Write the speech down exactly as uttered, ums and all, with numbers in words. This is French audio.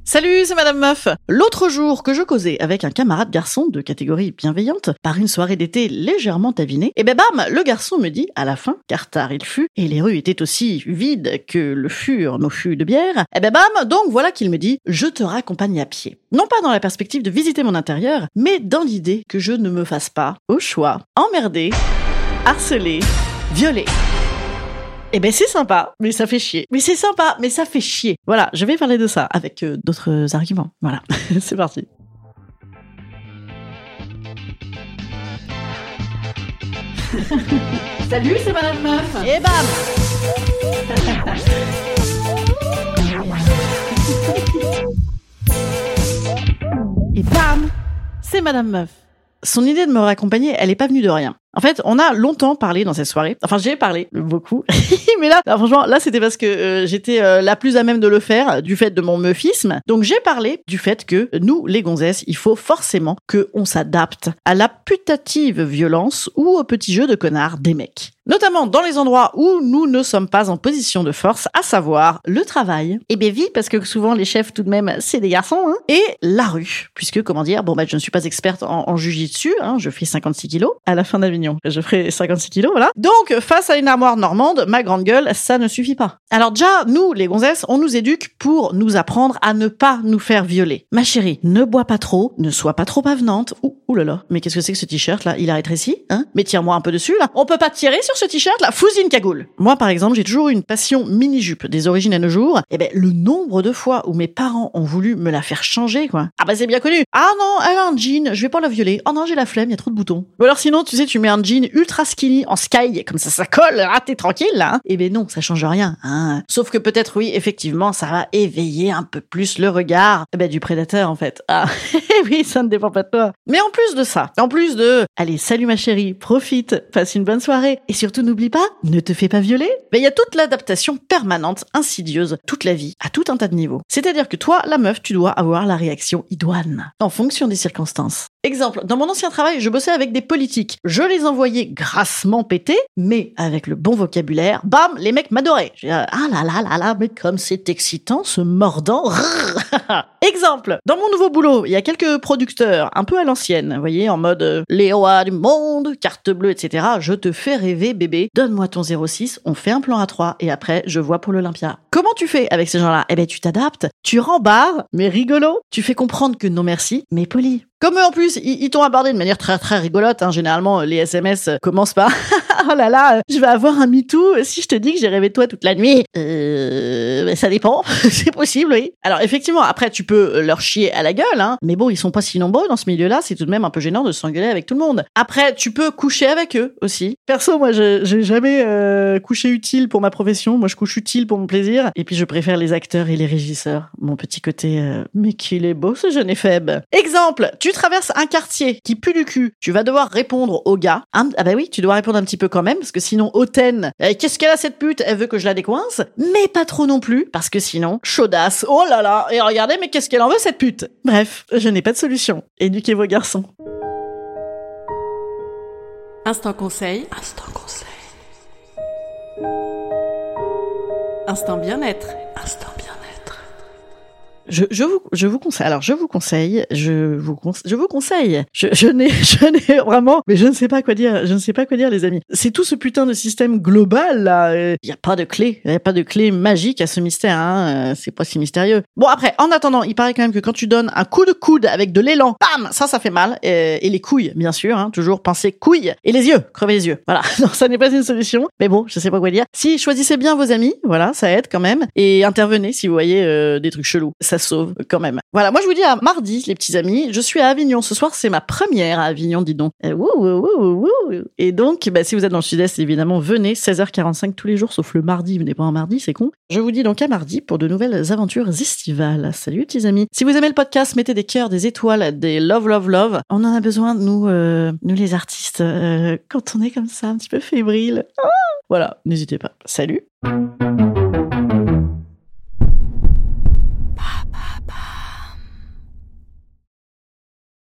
Salut, c'est Madame Meuf. L'autre jour que je causais avec un camarade garçon de catégorie bienveillante par une soirée d'été légèrement tavinée, et ben bam, le garçon me dit à la fin, car tard il fut, et les rues étaient aussi vides que le furent nos fûts de bière, et ben bam, donc voilà qu'il me dit, je te raccompagne à pied. Non pas dans la perspective de visiter mon intérieur, mais dans l'idée que je ne me fasse pas, au choix, emmerder, harceler, violer. Eh ben c'est sympa, mais ça fait chier. Mais c'est sympa, mais ça fait chier. Voilà, je vais parler de ça avec euh, d'autres arguments. Voilà, c'est parti. Salut, c'est Madame Meuf. Et bam. Et bam, c'est Madame Meuf. Son idée de me raccompagner, elle est pas venue de rien. En fait, on a longtemps parlé dans cette soirée. Enfin, j'ai parlé beaucoup. Mais là, là, franchement, là, c'était parce que euh, j'étais euh, la plus à même de le faire, du fait de mon meufisme. Donc, j'ai parlé du fait que nous, les gonzesses, il faut forcément qu'on s'adapte à la putative violence ou au petit jeu de connard des mecs. Notamment dans les endroits où nous ne sommes pas en position de force, à savoir le travail. Et bien vite, parce que souvent, les chefs, tout de même, c'est des garçons, hein. Et la rue. Puisque, comment dire, bon, bah, je ne suis pas experte en, en jujitsu, hein. Je fais cinquante-six kilos à la fin d'Avignon. Je ferai cinquante-six kilos, voilà. Donc, face à une armoire normande, ma grande gueule, ça ne suffit pas. Alors déjà, nous, les gonzesses, on nous éduque pour nous apprendre à ne pas nous faire violer. Ma chérie, ne bois pas trop, ne sois pas trop avenante. Ouh, ouh là là, mais qu'est-ce que c'est que ce t-shirt là? Il a rétréci, hein? Mais tire-moi un peu dessus là. On peut pas tirer sur ce t-shirt là? Fous-y une cagoule. Moi, par exemple, j'ai toujours eu une passion mini-jupe des origines à nos jours. Et ben, le nombre de fois où mes parents ont voulu me la faire changer, quoi. Ah bah c'est bien connu. Ah non, elle a un jean, je vais pas la violer. Oh non, j'ai la flemme, il y a trop de boutons. Ou alors sinon, tu sais, tu mets un jean ultra skinny en sky, comme ça, ça colle, ah, t'es tranquille, là, hein. Eh ben non, ça change rien, hein. Sauf que peut-être, oui, effectivement, ça va éveiller un peu plus le regard, eh ben, du prédateur, en fait. Ah, oui, ça ne dépend pas de toi. Mais en plus de ça, en plus de, allez, salut ma chérie, profite, passe une bonne soirée, et surtout n'oublie pas, ne te fais pas violer. Ben, il y a toute l'adaptation permanente, insidieuse, toute la vie, à tout un tas de niveaux. C'est-à-dire que toi, la meuf, tu dois avoir la réaction idoine, en fonction des circonstances. Exemple, dans mon ancien travail, je bossais avec des politiques. Je les envoyais grassement péter, mais avec le bon vocabulaire, bam, les mecs m'adoraient. J'ai dit, ah là là là là, mais comme c'est excitant, ce mordant. Exemple, dans mon nouveau boulot, il y a quelques producteurs un peu à l'ancienne, vous voyez, en mode euh, les rois du monde, carte bleue, et cetera. Je te fais rêver, bébé. Donne-moi ton zéro six, on fait un plan à trois et après, je vois pour l'Olympia. Comment tu fais avec ces gens-là? Eh ben, tu t'adaptes, tu rembarres, mais rigolo. Tu fais comprendre que non merci, mais poli. Comme eux, en plus, ils, ils t'ont abordé de manière très très rigolote, hein. Généralement, les S M S commencent par oh là là, je vais avoir un MeToo si je te dis que j'ai rêvé de toi toute la nuit. Euh, ça dépend, c'est possible, oui. Alors effectivement, après tu peux leur chier à la gueule, hein. Mais bon, ils sont pas si nombreux dans ce milieu-là, c'est tout de même un peu gênant de s'engueuler avec tout le monde. Après, tu peux coucher avec eux aussi. Perso, moi, je, j'ai jamais euh, couché utile pour ma profession. Moi, je couche utile pour mon plaisir. Et puis, je préfère les acteurs et les régisseurs. Mon petit côté, euh, mais qu'il est beau ce jeune éphèbe. Exemple, tu traverses un quartier qui pue du cul. Tu vas devoir répondre au gars. Hein, ah bah oui, tu dois répondre un petit peu quand même, parce que sinon, hautaine, euh, qu'est-ce qu'elle a cette pute? Elle veut que je la décoince. Mais pas trop non plus, parce que sinon, chaudasse. Oh là là, et regardez, mais qu'est-ce qu'elle en veut cette pute? Bref, je n'ai pas de solution. Éduquez vos garçons. Instant conseil. Instant conseil. Instant bien-être. Instant bien-être. Je, je vous, je vous conseille. Alors, je vous conseille. Je vous, conse- je vous conseille. Je, je n'ai, je n'ai vraiment, mais je ne sais pas quoi dire. Je ne sais pas quoi dire, les amis. C'est tout ce putain de système global là. Il euh, y a pas de clé. Il y a pas de clé magique à ce mystère. Hein. Euh, c'est pas si mystérieux. Bon après, en attendant, il paraît quand même que quand tu donnes un coup de coude avec de l'élan, bam, ça, ça fait mal. Euh, et les couilles, bien sûr. Hein, toujours penser couilles et les yeux. Crever les yeux. Voilà. Non, ça n'est pas une solution. Mais bon, je sais pas quoi dire. Si choisissez bien vos amis, voilà, ça aide quand même. Et intervenez si vous voyez euh, des trucs chelous. Ça sauve quand même. Voilà, moi je vous dis à mardi, les petits amis. Je suis à Avignon ce soir, c'est ma première à Avignon, dis donc. Euh, wouh, wouh, wouh, wouh. Et donc, bah, si vous êtes dans le sud-est, évidemment, venez, seize heures quarante-cinq tous les jours, sauf le mardi. Venez pas un mardi, c'est con. Je vous dis donc à mardi pour de nouvelles aventures estivales. Salut, petits amis. Si vous aimez le podcast, mettez des cœurs, des étoiles, des love, love, love. On en a besoin, nous, euh, nous les artistes, euh, quand on est comme ça, un petit peu fébrile. Ah voilà, n'hésitez pas. Salut.